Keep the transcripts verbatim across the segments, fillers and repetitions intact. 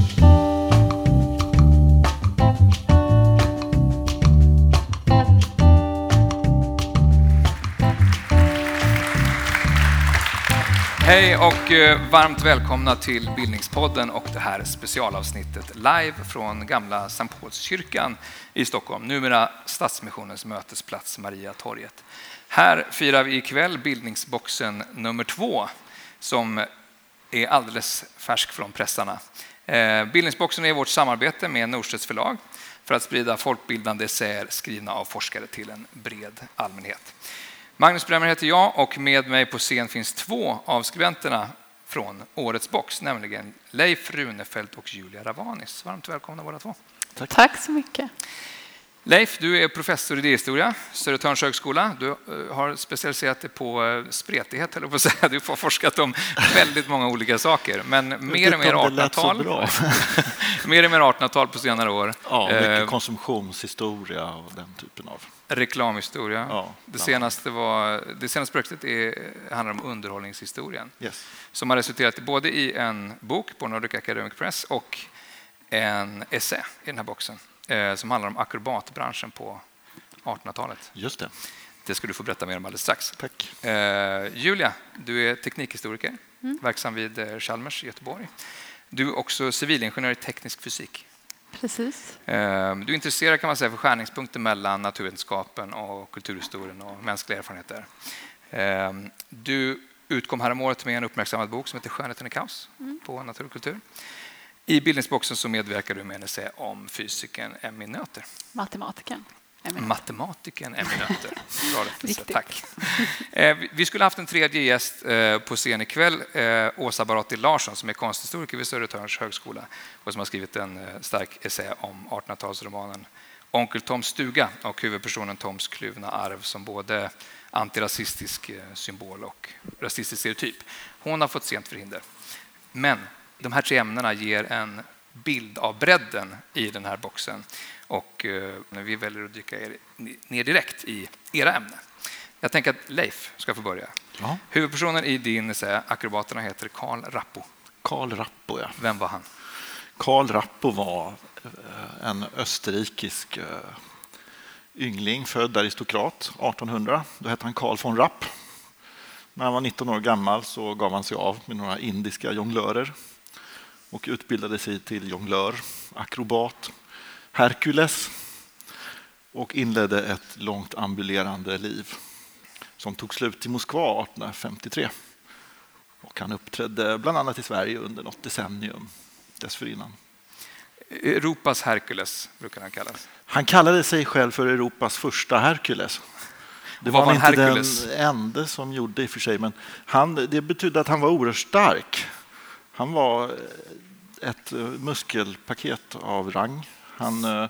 Hej och varmt välkomna till Bildningspodden och det här specialavsnittet live från gamla Sankt Paulskyrkan i Stockholm, numera Stadsmissionens mötesplats Mariatorget. Här firar vi ikväll bildningsboxen nummer två som är alldeles färsk från pressarna. Bildningsboxen är vårt samarbete med Norstedts förlag för att sprida folkbildande essäer skrivna av forskare till en bred allmänhet. Magnus Bremmer heter jag och med mig på scen finns två av skribenterna från årets box, nämligen Leif Runefelt och Julia Ravanis. Varmt välkomna båda två. Tack. Tack så mycket. Leif, du är professor i idéhistoria, Södertörns högskola. Du har specialiserat dig på spretighet, eller på att säga. Du har forskat om väldigt många olika saker, men mer och mer artonhundratal. mer och mer artonhundratal på senare år. Ja, mycket konsumtionshistoria och den typen av. Reklamhistoria. Ja, det senaste var det senaste projektet är, handlar om underhållningshistorien. Yes. Som har resulterat både i en bok på Nordic Academic Press och en essä i den här boxen eh, som handlar om akrobatbranschen på artonhundratalet. Just det. Det ska du få berätta mer om alldeles strax. Tack. Eh, Julia, du är teknikhistoriker, mm. verksam vid Chalmers i Göteborg. Du är också civilingenjör i teknisk fysik. Precis. Du är intresserad, kan man säga, för skärningspunkter mellan naturvetenskapen och kulturhistorien och mänskliga erfarenheter. Du utkom häromåret med en uppmärksammad bok som heter Skönheten i kaos mm. på natur och kultur. I bildningsboxen så medverkar du med en essä om fysikern Emmy Noether. Matematiken. Matematikern Emmy Noether. Bra rättelse, tack. Vi skulle haft en tredje gäst på scen ikväll, Åsa Barati Larsson, som är konsthistoriker vid Södertörns högskola och som har skrivit en stark essä om artonhundratalsromanen Onkel Toms stuga och huvudpersonen Toms kluvna arv som både antirasistisk symbol och rasistisk stereotyp. Hon har fått sent förhinder. Men de här tre ämnena ger en bild av bredden i den här boxen. Och när vi väljer att dyka ner direkt i era ämnen. Jag tänker att Leif ska få börja. Ja. Huvudpersonen i din essä, akrobaterna, heter Karl Rappo. Karl Rappo, ja. Vem var han? Karl Rappo var en österrikisk yngling, född aristokrat, artonhundra. Då hette han Karl von Rapp. När han var nitton år gammal så gav han sig av med några indiska jonglörer och utbildade sig till jonglör, akrobat, Herkules och inledde ett långt ambulerande liv som tog slut i Moskva artonhundrafemtiotre. Och han uppträdde bland annat i Sverige under något decennium dessförinnan. Europas Herkules brukar han kallas. Han kallade sig själv för Europas första Herkules. Det var, var inte Herkules? Den enda som gjorde i och för sig, men han, det betydde att han var oerhört stark. Han var ett muskelpaket av rang. Han uh,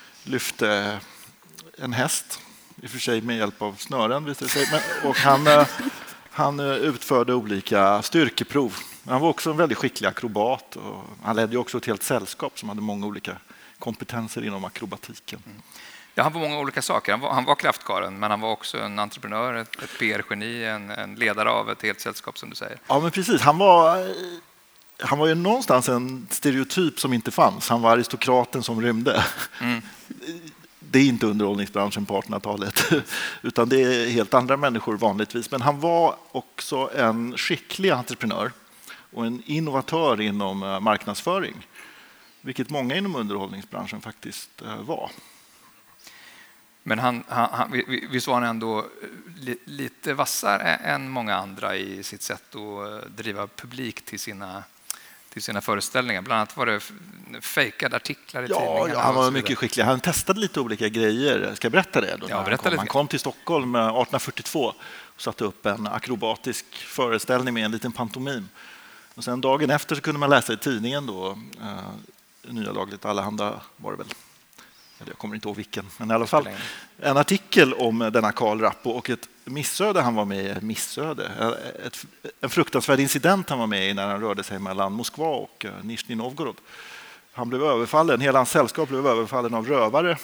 lyfte en häst, i och för sig med hjälp av snören, visade sig. Men, och han, uh, han uh, utförde olika styrkeprov. Han var också en väldigt skicklig akrobat. Och han ledde också ett helt sällskap som hade många olika kompetenser inom akrobatiken. Mm. Ja, han var många olika saker. Han var, han var kraftkaren, men han var också en entreprenör, ett, ett P R-geni, en, en ledare av ett helt sällskap som du säger. Ja, men precis. Han var... Han var ju någonstans en stereotyp som inte fanns. Han var aristokraten som rymde. Mm. Det är inte underhållningsbranschen på artonhundratalet, utan det är helt andra människor vanligtvis. Men han var också en skicklig entreprenör och en innovatör inom marknadsföring, vilket många inom underhållningsbranschen faktiskt var. Men han, han, visst var han ändå lite vassare än många andra i sitt sätt att driva publik till sina till sina föreställningar. Bland annat var det fejkade artiklar i ja, tidningarna. Ja, han var mycket skicklig. Han testade lite olika grejer. Ska jag berätta det? Då ja, han, kom. han kom till Stockholm artonhundrafyrtiotvå och satte upp en akrobatisk föreställning med en liten pantomim. Och sen dagen efter så kunde man läsa i tidningen då, eh, Nya Dagligt Allehanda var det väl. Jag kommer inte ihåg vilken, men i alla fall en artikel om denna Karl Rappo och ett missöde han var med i. Missöde, ett, en fruktansvärd incident han var med i när han rörde sig mellan Moskva och Nizjnij Novgorod. Han blev överfallen, hela hans sällskap blev överfallen av rövare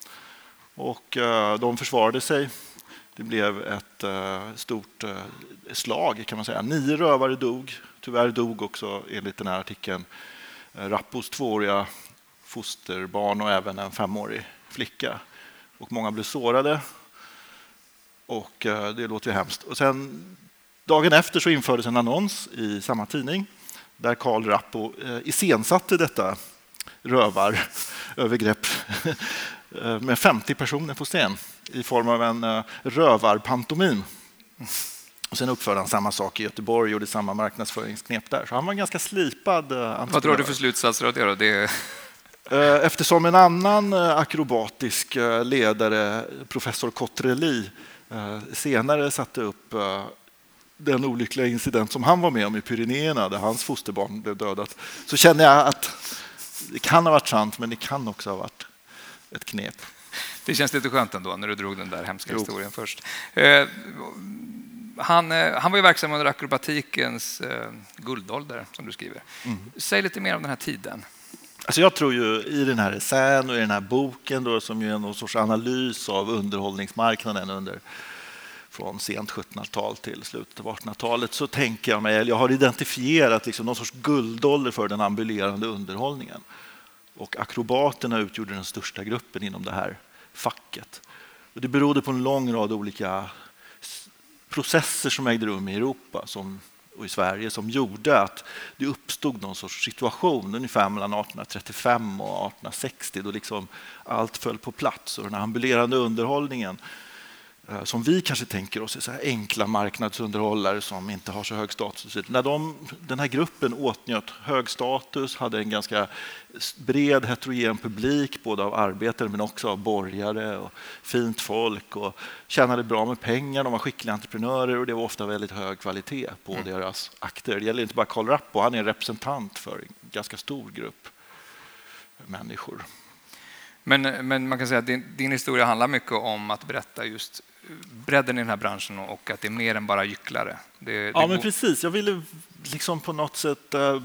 och de försvarade sig. Det blev ett stort slag kan man säga. Nio rövare dog, tyvärr dog också enligt den här artikeln Rappos tvååriga fosterbarn och även en femårig flicka. Och många blev sårade. Och det låter ju hemskt. Och sen dagen efter så infördes en annons i samma tidning där Karl Rappo iscensatte detta rövarövergrepp med femtio personer på scen i form av en rövarpantomim. Och sen uppförde han samma sak i Göteborg och gjorde samma marknadsföringsknep där. Så han var en ganska slipad entreprenör. Vad drar du för slutsatser av det då? Det... Eftersom en annan akrobatisk ledare, professor Cotrelli, senare satte upp den olyckliga incident som han var med om i Pyrenéerna där hans fosterbarn blev dödat, så känner jag att det kan ha varit sant, men det kan också ha varit ett knep. Det känns lite skönt ändå när du drog den där hemska Jo. historien först. Eh, han, han var ju verksam under akrobatikens eh, guldålder, som du skriver. Mm. Säg lite mer om den här tiden. Alltså jag tror ju i den här essän och i den här boken då, som ju är någon sorts analys av underhållningsmarknaden under från sent sjuttonhundratal till slutet av artonhundratalet, så tänker jag mig, jag har identifierat liksom någon sorts guldålder för den ambulerande underhållningen. Och akrobaterna utgjorde den största gruppen inom det här facket. Och det berodde på en lång rad olika processer som ägde rum i Europa som, och i Sverige som gjorde att det uppstod någon sorts situation ungefär mellan arton trettiofem och arton sextio då liksom allt föll på plats. Och den ambulerande underhållningen som vi kanske tänker oss är så här enkla marknadsunderhållare som inte har så hög status. När de, den här gruppen åtnjöt hög status, hade en ganska bred heterogen publik både av arbetare men också av borgare och fint folk och tjänade bra med pengar, de var skickliga entreprenörer och det var ofta väldigt hög kvalitet på mm. deras akter. Det gäller inte bara Karl Rappo, han är en representant för en ganska stor grupp människor. Men, men man kan säga att din, din historia handlar mycket om att berätta just bredden i den här branschen och att det är mer än bara gycklare. Det, ja, det men går... precis. Jag ville liksom på något sätt äh,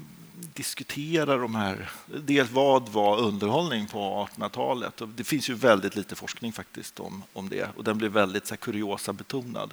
diskutera de här. Dels vad var underhållning på artonhundratalet? Och det finns ju väldigt lite forskning faktiskt om, om det. Och den blir väldigt så här, kuriosa betonad.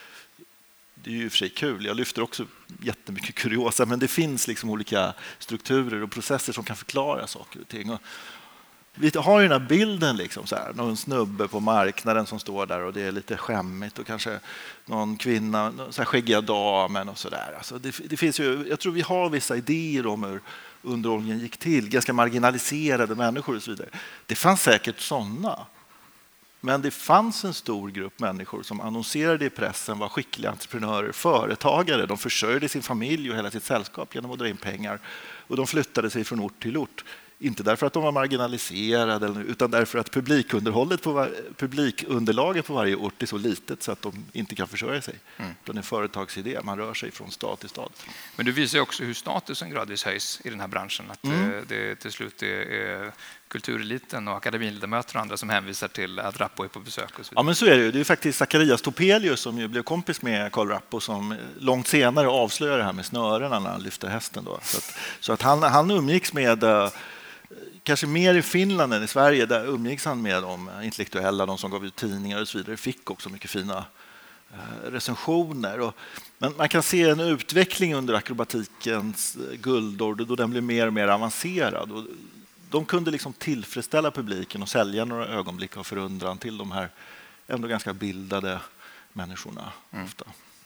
Det är ju i och för sig kul. Jag lyfter också jättemycket kuriosa, men det finns liksom olika strukturer och processer som kan förklara saker och ting. Och vi har ju den här bilden, liksom så här, någon snubbe på marknaden som står där och det är lite skämmigt och kanske någon kvinna, så här skäggiga damen och sådär. Alltså det, det finns ju, jag tror vi har vissa idéer om hur underhållningen gick till, ganska marginaliserade människor och så vidare. Det fanns säkert sådana. Men det fanns en stor grupp människor som annonserade i pressen, var skickliga entreprenörer, företagare. De försörjde sin familj och hela sitt sällskap genom att dra in pengar. Och de flyttade sig från ort till ort. Inte därför att de var marginaliserade, utan därför att publikunderhållet på var- publikunderlaget på varje ort är så litet så att de inte kan försörja sig. Mm. Det är en företagsidé, man rör sig från stad till stad. Men du visar också hur statusen gradvis höjs i den här branschen. Att mm. det till slut är kultureliten och akademiledamöter och andra som hänvisar till att Rappo är på besök. Och så ja, men så är det ju. Det är faktiskt Zacharias Topelius som ju blev kompis med Karl Rappo som långt senare avslöjar det här med snörena när han lyfter hästen. Då. Så att, så att han, han umgicks med kanske mer i Finland än i Sverige, där umgicks han med de intellektuella, de som gav ut tidningar och så vidare, fick också mycket fina eh, recensioner. Och, men man kan se en utveckling under akrobatikens guldår då den blev mer och mer avancerad. Och de kunde liksom tillfredsställa publiken och sälja några ögonblick av förundran till de här ändå ganska bildade människorna. Mm. Ofta.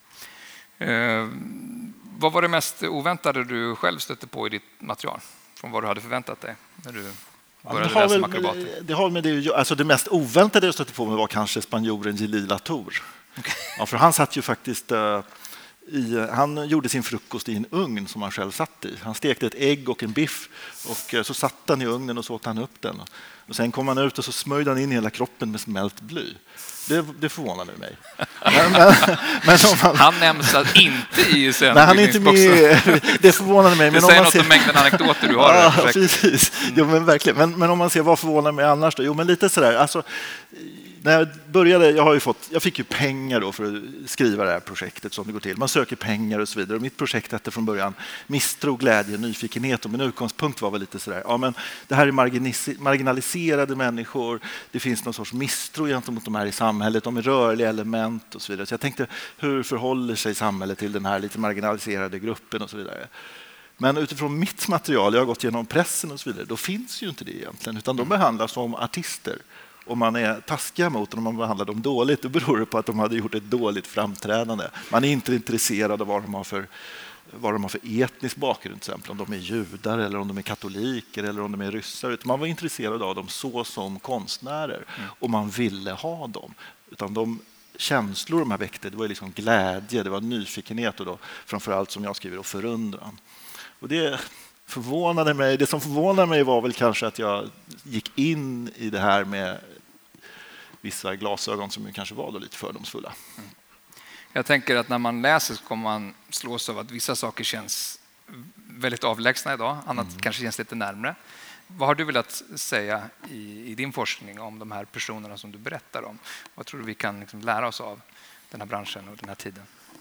Eh, vad var det mest oväntade du själv stötte på i ditt material? Från vad du hade förväntat dig när du började ja, läsa väl, om akrobater? Det har med det, alltså det mest oväntade jag stötte på mig var kanske spanjoren Gili Latour. Okay. Ja, för han satt ju faktiskt uh, i, han gjorde sin frukost i en ugn som han själv satt i. Han stekte ett ägg och en biff och uh, så satt han i ugnen och så åt han upp den. Och sen kom han ut och så smörjde han in hela kroppen med smält bly. Det, det förvånade mig. Men, men, men man... Han nämns inte i sen. Nej, han är inte med. Det förvånade mig. Det men säger om man något ser... om mängden anekdoter du har. Ja, precis. Jo, men verkligen. Men, men om man ser vad förvånar mig annars då? Jo, men lite sådär. Alltså, när jag började, jag har ju fått, jag fick ju pengar då för att skriva det här projektet som det går till. Man söker pengar och så vidare. Och mitt projekt hette från början misstro, glädje, nyfikenhet. Och min utgångspunkt var väl lite sådär. Ja, men det här är marginaliserade människor. Det finns någon sorts misstro gentemot de här i samhället. De är rörliga element och så vidare. Så jag tänkte, hur förhåller sig samhället till den här lite marginaliserade gruppen och så vidare. Men utifrån mitt material, jag har gått igenom pressen och så vidare, då finns ju inte det egentligen, utan de behandlas som artister. Om man är taskiga mot dem, om man behandlar dem dåligt, då beror det på att de hade gjort ett dåligt framträdande. Man är inte intresserad av vad de har för, vad de har för etnisk bakgrund, till exempel om de är judar eller om de är katoliker eller om de är ryssar. Utan man var intresserad av dem så som konstnärer mm. och man ville ha dem. Utan de känslor de här väckte, det var liksom glädje, det var nyfikenhet och då framförallt som jag skriver och förundran. Och det förvånade mig. Det som förvånade mig var väl kanske att jag gick in i det här med vissa glasögon som kanske var då lite fördomsfulla. Mm. Jag tänker att när man läser så kommer man slås av att vissa saker känns väldigt avlägsna idag, annat mm. kanske känns lite närmare. Vad har du velat säga i, i din forskning om de här personerna som du berättar om? Vad tror du vi kan liksom lära oss av den här branschen och den här tiden?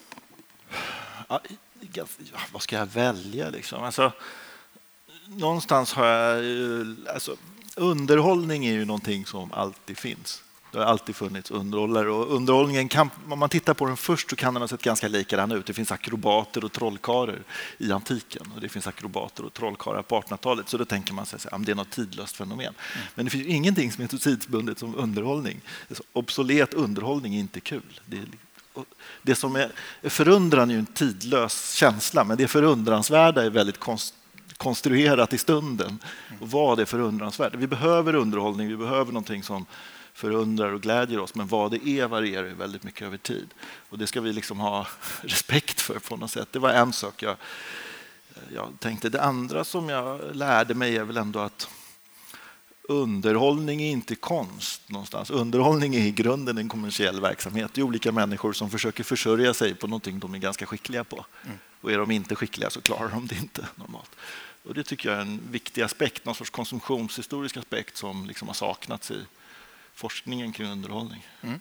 Ja, vad ska jag välja liksom? Alltså, någonstans har jag alltså, underhållning är ju någonting som alltid finns. Det har alltid funnits underhållare och underhållningen kan, om man tittar på den först så kan den ha sett ganska likadan ut. Det finns akrobater och trollkarlar i antiken och det finns akrobater och trollkarlar på artonhundratalet, så då tänker man sig att det är något tidlöst fenomen. Mm. Men det finns ingenting som är så tidsbundet som underhållning. Alltså, obsolet underhållning är inte kul. Det är Det som är förundran är ju en tidlös känsla, men det förundransvärda är väldigt konst, konstruerat i stunden. Och vad är förundransvärt? Vi behöver underhållning, vi behöver någonting som förundrar och glädjer oss, men vad det är varierar ju väldigt mycket över tid. Och det ska vi liksom ha respekt för på något sätt. Det var en sak jag, jag tänkte. Det andra som jag lärde mig är väl ändå att underhållning är inte konst någonstans. Underhållning är i grunden en kommersiell verksamhet. Det är olika människor som försöker försörja sig på någonting de är ganska skickliga på. Mm. Och är de inte skickliga så klarar de det inte normalt. Och det tycker jag är en viktig aspekt, någon sorts konsumtionshistorisk aspekt som liksom har saknats i forskningen kring underhållning. Mm.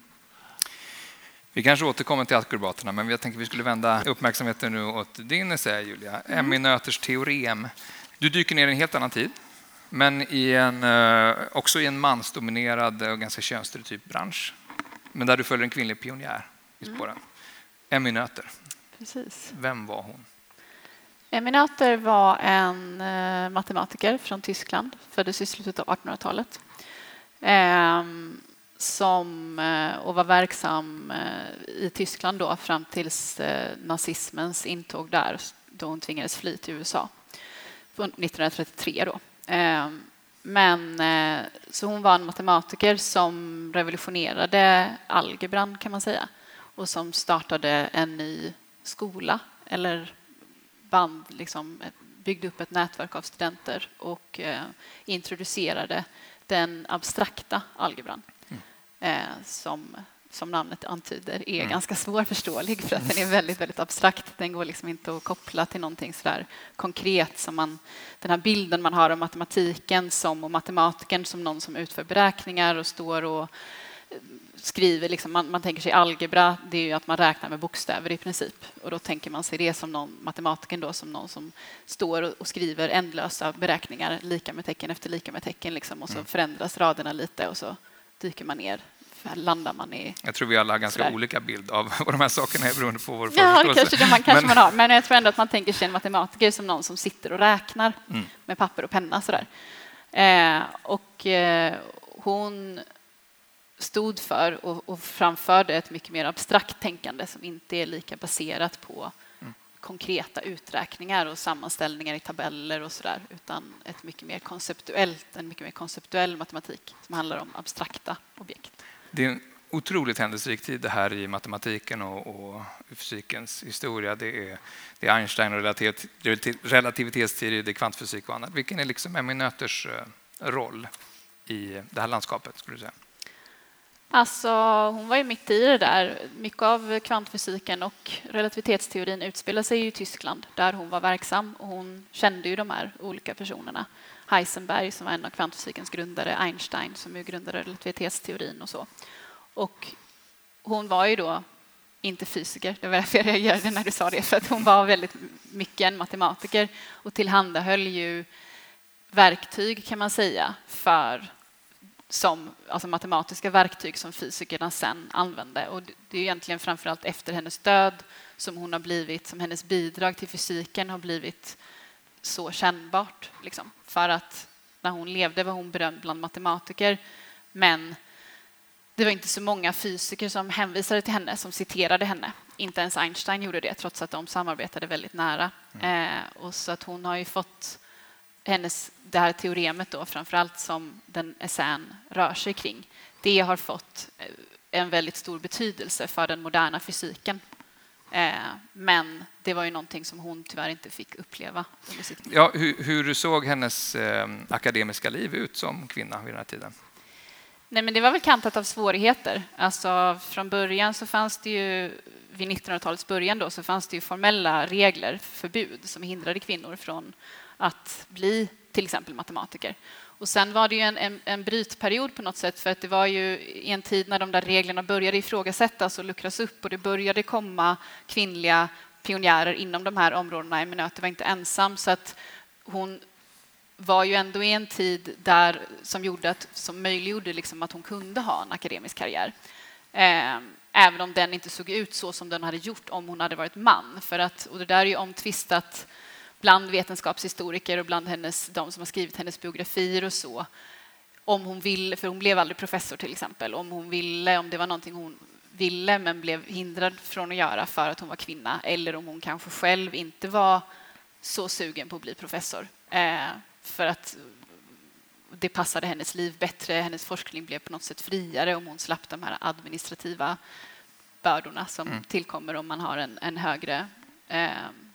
Vi kanske återkommer till akrobaterna, men jag tänkte vi skulle vända uppmärksamheten nu åt din essä, Julia. Mm. Emmy Noethers teorem. Du dyker ner i en helt annan tid. Men i en, också i en mansdominerad och ganska könsstereotyp bransch. Men där du följer en kvinnlig pionjär i spåren. Mm. Emmy Noether. Precis. Vem var hon? Emmy Noether var en matematiker från Tyskland. Föddes i slutet av artonhundratalet. Ehm, som, och var verksam i Tyskland då, fram tills nazismens intåg där. Då hon tvingades fly till U S A. nittonhundratrettiotre då. Men så hon var en matematiker som revolutionerade algebran kan man säga och som startade en ny skola eller band, liksom byggde upp ett nätverk av studenter och introducerade den abstrakta algebran mm. som som namnet antyder är mm. ganska svårförståelig för att den är väldigt väldigt abstrakt. Den går liksom inte att koppla till någonting så där konkret som man, den här bilden man har av matematiken som och matematiken som någon som utför beräkningar och står och skriver liksom, man, man tänker sig algebra, det är ju att man räknar med bokstäver i princip och då tänker man sig det som någon matematiken då som någon som står och, och skriver ändlösa beräkningar lika med tecken efter lika med tecken liksom, och så mm. förändras raderna lite och så dyker man ner. Landar man i. Jag tror vi alla har ganska sådär. Olika bild av vad de här sakerna är beroende på vår förståelse. Ja, det kanske, det man, kanske men... man har. Men jag tror ändå att man tänker sig en matematiker som någon som sitter och räknar mm. med papper och penna. Sådär. Eh, och eh, hon stod för och, och framförde ett mycket mer abstrakt tänkande som inte är lika baserat på mm. konkreta uträkningar och sammanställningar i tabeller och sådär, utan ett mycket mer konceptuellt, en mycket mer konceptuell matematik som handlar om abstrakta objekt. Det är en otroligt händelserik tid det här i matematiken och, och fysikens historia. Det är, det är Einstein och relativ, relativitetsteori, det är kvantfysik och annat. Vilken är liksom Emmy Noethers roll i det här landskapet skulle du säga? Alltså, hon var ju mitt i det där. Mycket av kvantfysiken och relativitetsteorin utspelar sig i Tyskland där hon var verksam och hon kände ju de här olika personerna. Heisenberg som var en av kvantfysikens grundare, Einstein som ju grundade relativitetsteorin och så. Och hon var ju då inte fysiker, det var därför jag reagerade när du sa det, för att hon var väldigt mycket en matematiker och tillhandahöll ju verktyg kan man säga för som alltså matematiska verktyg som fysikerna sen använde. Och det är egentligen framförallt efter hennes död som hon har blivit, som hennes bidrag till fysiken har blivit så kännbart. Liksom. För att när hon levde var hon berömd bland matematiker, men det var inte så många fysiker som hänvisade till henne, som citerade henne. Inte ens Einstein gjorde det, trots att de samarbetade väldigt nära. Mm. Eh, och så att hon har ju fått hennes, det här teoremet då, framförallt som den essän rör sig kring, det har fått en väldigt stor betydelse för den moderna fysiken. Eh, men det var ju någonting som hon tyvärr inte fick uppleva under sitt liv. Ja, hur, hur såg hennes eh, akademiska liv ut som kvinna vid den här tiden? Nej, men det var väl kantat av svårigheter. Alltså, från början så fanns det ju, vid nittonhundratalets början då, så fanns det ju formella regler, förbud, som hindrade kvinnor från att bli till exempel matematiker. Och sen var det ju en, en, en brytperiod på något sätt, för att det var ju i en tid när de där reglerna började ifrågasättas och luckras upp, och det började komma kvinnliga pionjärer inom de här områdena. Eminöter var inte ensam, så att hon var ju ändå i en tid där som gjorde att, som möjliggjorde liksom att hon kunde ha en akademisk karriär. Eh, även om den inte såg ut så som den hade gjort om hon hade varit man. För att, och det där är ju omtvistat bland vetenskapshistoriker och bland hennes, de som har skrivit hennes biografier och så. Om hon ville, för hon blev aldrig professor till exempel, om hon ville, om det var någonting hon ville men blev hindrad från att göra för att hon var kvinna, eller om hon kanske själv inte var så sugen på att bli professor. Eh, för att det passade hennes liv bättre, hennes forskning blev på något sätt friare om hon slapp de här administrativa bördorna som mm. tillkommer om man har en, en högre eh,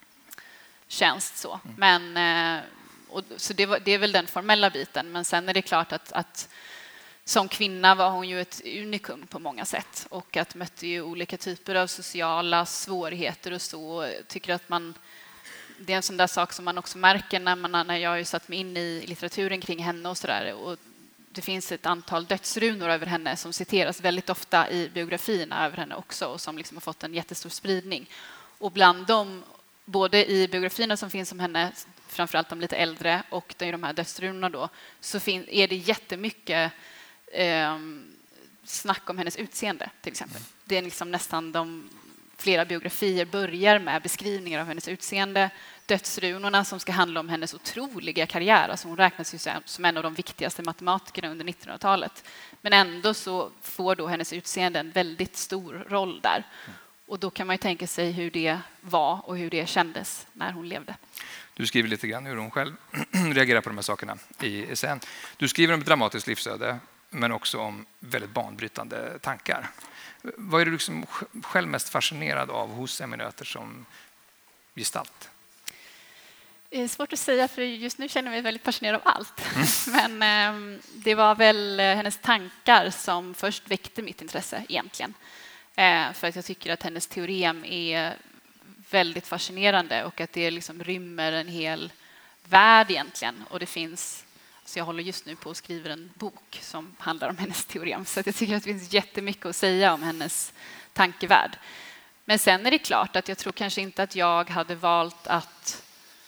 tjänst. Så. Mm. Men, eh, och, så det, var, det är väl den formella biten, men sen är det klart att, att som kvinna var hon ju ett unikum på många sätt, och att mötte ju olika typer av sociala svårigheter och så. Jag tycker att man det är en sån där sak som man också märker när, man, när jag har satt mig in i litteraturen kring henne och så där. Och det finns ett antal dödsrunor över henne som citeras väldigt ofta i biografierna över henne också, och som liksom har fått en jättestor spridning. Och bland dem, både i biografierna som finns om henne, framförallt de lite äldre, och det är de här dödsrunorna då, så fin- är det jättemycket eh, snack om hennes utseende till exempel. Det är liksom nästan de flera biografier börjar med beskrivningar av hennes utseende. Dödsrunorna som ska handla om hennes otroliga karriär. Alltså hon räknas ju som en av de viktigaste matematikerna under nittonhundratalet. Men ändå så får då hennes utseende en väldigt stor roll där. Och då kan man ju tänka sig hur det var och hur det kändes när hon levde. Du skriver lite grann hur hon själv reagerar på de här sakerna i essän. Du skriver om ett dramatiskt livsöde, men också om väldigt banbrytande tankar. Vad är du liksom själv mest fascinerad av hos eminöter som gestalt? Det är svårt att säga, för just nu känner jag mig väldigt fascinerad av allt. Mm. Men eh, det var väl hennes tankar som först väckte mitt intresse egentligen. Eh, för att jag tycker att hennes teorem är väldigt fascinerande, och att det liksom rymmer en hel värld egentligen. Och det finns... Så jag håller just nu på att skriva en bok som handlar om hennes teorem. Så jag tycker att det finns jättemycket att säga om hennes tankevärld. Men sen är det klart att jag tror kanske inte att jag hade valt att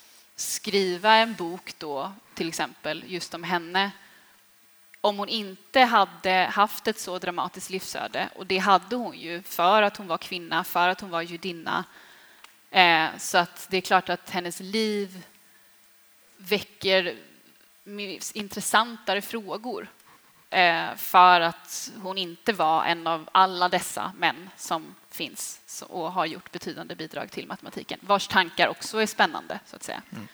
skriva en bok då, till exempel, just om henne, om hon inte hade haft ett så dramatiskt livsöde. Och det hade hon ju, för att hon var kvinna, för att hon var judinna. Eh, så att det är klart att hennes liv väcker intressantare frågor, eh, för att hon inte var en av alla dessa män som finns och har gjort betydande bidrag till matematiken, vars tankar också är spännande, så att säga. Mm.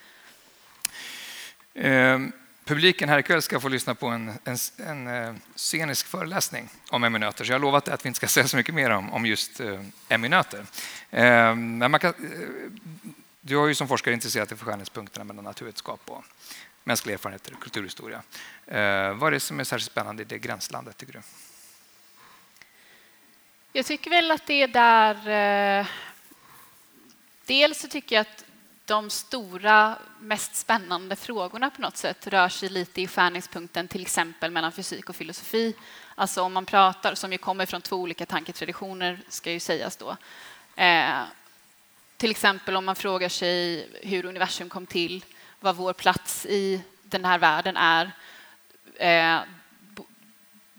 Eh, publiken här ikväll ska få lyssna på en, en, en, en scenisk föreläsning om eminöter, så jag har lovat att vi inte ska säga så mycket mer om, om just eh, eminöter. Eh, men man kan, eh, du har ju som forskare intresserat dig för skärningspunkterna mellan naturvetenskap och mänskliga erfarenheter och kulturhistoria. Eh, vad är det som är särskilt spännande i det gränslandet, tycker du? Jag tycker väl att det är där... Eh, dels så tycker jag att de stora, mest spännande frågorna på något sätt rör sig lite i skärningspunkten, till exempel mellan fysik och filosofi. Alltså om man pratar, som ju kommer från två olika tanketraditioner, ska ju sägas då. Eh, till exempel om man frågar sig hur universum kom till, vad vår plats i den här världen är. Eh,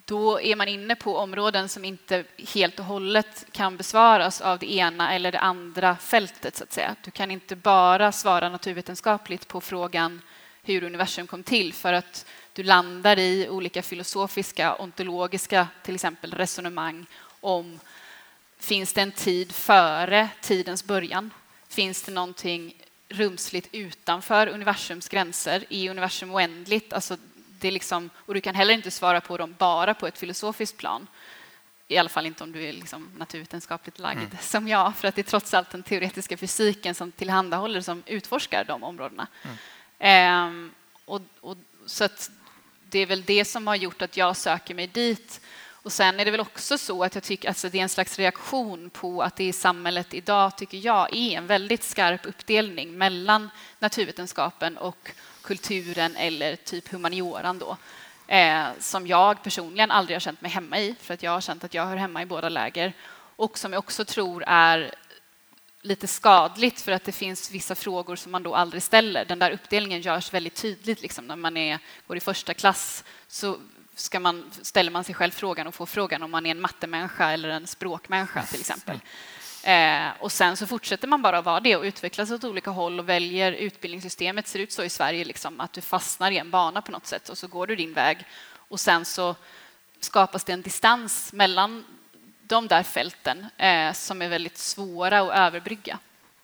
då är man inne på områden som inte helt och hållet kan besvaras av det ena eller det andra fältet, så att säga. Du kan inte bara svara naturvetenskapligt på frågan hur universum kom till, för att du landar i olika filosofiska, ontologiska, till exempel resonemang om finns det en tid före tidens början? Finns det någonting rumsligt utanför universums gränser? Är universum oändligt? Alltså det är liksom, och du kan heller inte svara på dem bara på ett filosofiskt plan. I alla fall inte om du är liksom naturvetenskapligt lagd mm. som jag, för att det är trots allt den teoretiska fysiken som tillhandahåller, som utforskar de områdena. Mm. Ehm, och, och, så att det är väl det som har gjort att jag söker mig dit. Och sen är det väl också så att jag tycker att alltså det är en slags reaktion på att det i samhället idag, tycker jag, är en väldigt skarp uppdelning mellan naturvetenskapen och kulturen eller typ humanioran då, eh, som jag personligen aldrig har känt mig hemma i, för att jag har känt att jag hör hemma i båda läger, och som jag också tror är lite skadligt, för att det finns vissa frågor som man då aldrig ställer. Den där uppdelningen görs väldigt tydligt liksom, när man är, går i första klass, så ska man, ställer man sig själv frågan och får frågan om man är en mattemänniska eller en språkmänniska till exempel. Eh, och sen så fortsätter man bara vara det och utvecklas åt olika håll och väljer. Utbildningssystemet ser ut så i Sverige liksom, att du fastnar i en bana på något sätt och så går du din väg, och sen så skapas det en distans mellan de där fälten eh, som är väldigt svåra att överbrygga.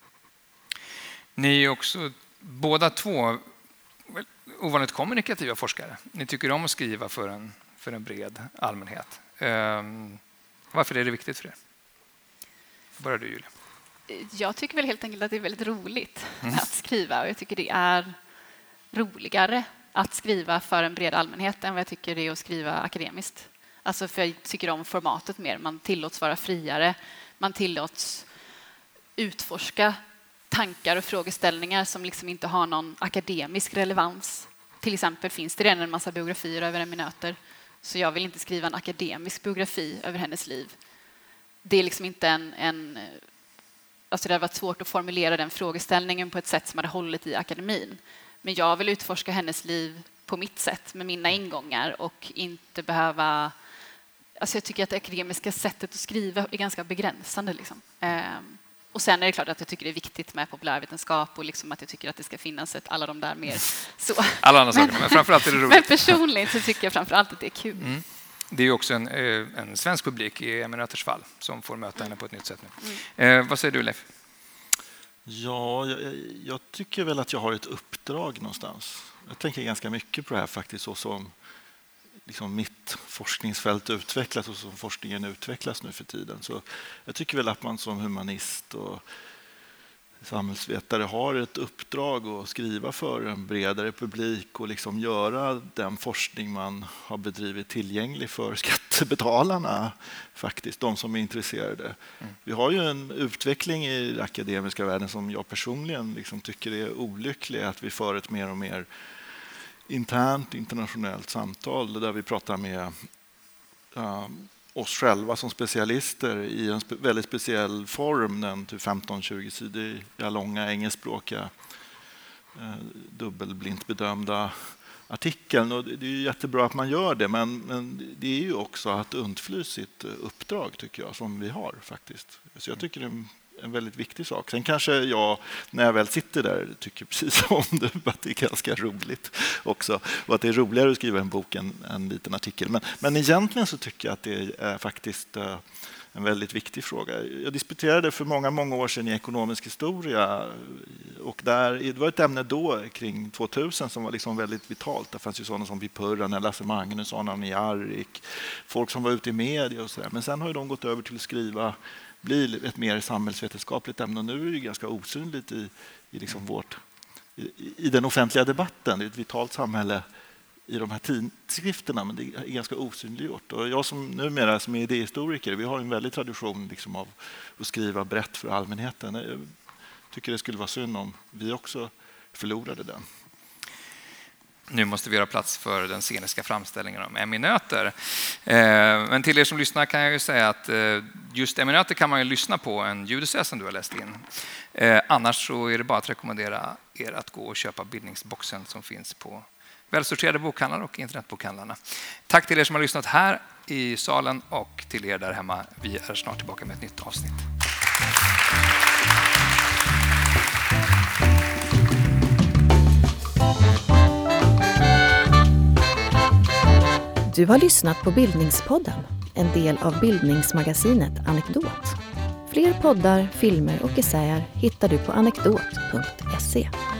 Ni är också båda två ovanligt kommunikativa forskare. Ni tycker om att skriva för en, för en bred allmänhet. Um, varför är det viktigt för er? Börjar du, Julia? Jag tycker väl helt enkelt att det är väldigt roligt mm. att skriva, och jag tycker det är roligare att skriva för en bred allmänhet än vad jag tycker det är att skriva akademiskt. Alltså för jag tycker om formatet mer. Man tillåts vara friare. Man tillåts utforska tankar och frågeställningar som liksom inte har någon akademisk relevans. Till exempel finns det redan en massa biografier över eminöter, så jag vill inte skriva en akademisk biografi över hennes liv. Det är liksom inte en... en alltså det har varit svårt att formulera den frågeställningen på ett sätt som hade hållit i akademin. Men jag vill utforska hennes liv på mitt sätt, med mina ingångar, och inte behöva... Alltså jag tycker att det akademiska sättet att skriva är ganska begränsande. Liksom. Ehm, och sen är det klart att jag tycker det är viktigt med populärvetenskap, och liksom att jag tycker att det ska finnas ett alla de där mer så. Alla andra saker, men framförallt är det roligt. Men personligen så tycker jag framförallt att det är kul. Mm. Det är ju också en, en svensk publik i eminöters fall som får möta henne på ett nytt sätt nu. Mm. Eh, vad säger du, Leif? Ja, jag, jag tycker väl att jag har ett uppdrag någonstans. Jag tänker ganska mycket på det här faktiskt, så som liksom mitt forskningsfält utvecklas och som forskningen utvecklas nu för tiden. Så jag tycker väl att man som humanist och samhällsvetare har ett uppdrag att skriva för en bredare publik och liksom göra den forskning man har bedrivit tillgänglig för skattebetalarna, faktiskt, de som är intresserade. Mm. Vi har ju en utveckling i den akademiska världen som jag personligen liksom tycker är olycklig, att vi för ett mer och mer internt internationellt samtal där vi pratar med uh, oss själva som specialister i en spe- väldigt speciell form, den typ femton tjugo sidiga långa engelskspråkiga uh, dubbelblint bedömda artikeln. Och det är ju jättebra att man gör det, men, men det är ju också att undfly sitt uppdrag, tycker jag, som vi har faktiskt. Så jag tycker det är en väldigt viktig sak. Sen kanske jag, när jag väl sitter där, tycker precis om det, att det är ganska roligt också. Och att det är roligare att skriva en bok än en liten artikel. Men, men egentligen så tycker jag att det är faktiskt en väldigt viktig fråga. Jag disputerade för många, många år sedan i ekonomisk historia. Och där, det var ett ämne då, kring tvåtusen, som var liksom väldigt vitalt. Det fanns ju sådana som Vipurranen, Lasse Magnusson, Annie Jarrik, folk som var ute i media och sådär. Men sen har ju de gått över till att skriva, blir ett mer samhällsvetenskapligt ämne. Och nu är det ganska osynligt i, i, liksom vårt, i, i den offentliga debatten. Det är ett vitalt samhälle i de här tidskrifterna, men det är ganska osynliggjort. Och jag som numera som är idéhistoriker, vi har en väldig tradition liksom av att skriva brett för allmänheten. Jag tycker det skulle vara synd om vi också förlorade den. Nu måste vi göra plats för den sceniska framställningen om eminöter. Eh, men till er som lyssnar kan jag ju säga att eh, just eminöter kan man ju lyssna på en ljudessä som du har läst in. Eh, annars så är det bara att rekommendera er att gå och köpa bildningsboxen som finns på välsorterade bokhandlar och internetbokhandlarna. Tack till er som har lyssnat här i salen och till er där hemma. Vi är snart tillbaka med ett nytt avsnitt. Du har lyssnat på Bildningspodden, en del av bildningsmagasinet Anekdot. Fler poddar, filmer och essäer hittar du på anekdot punkt se.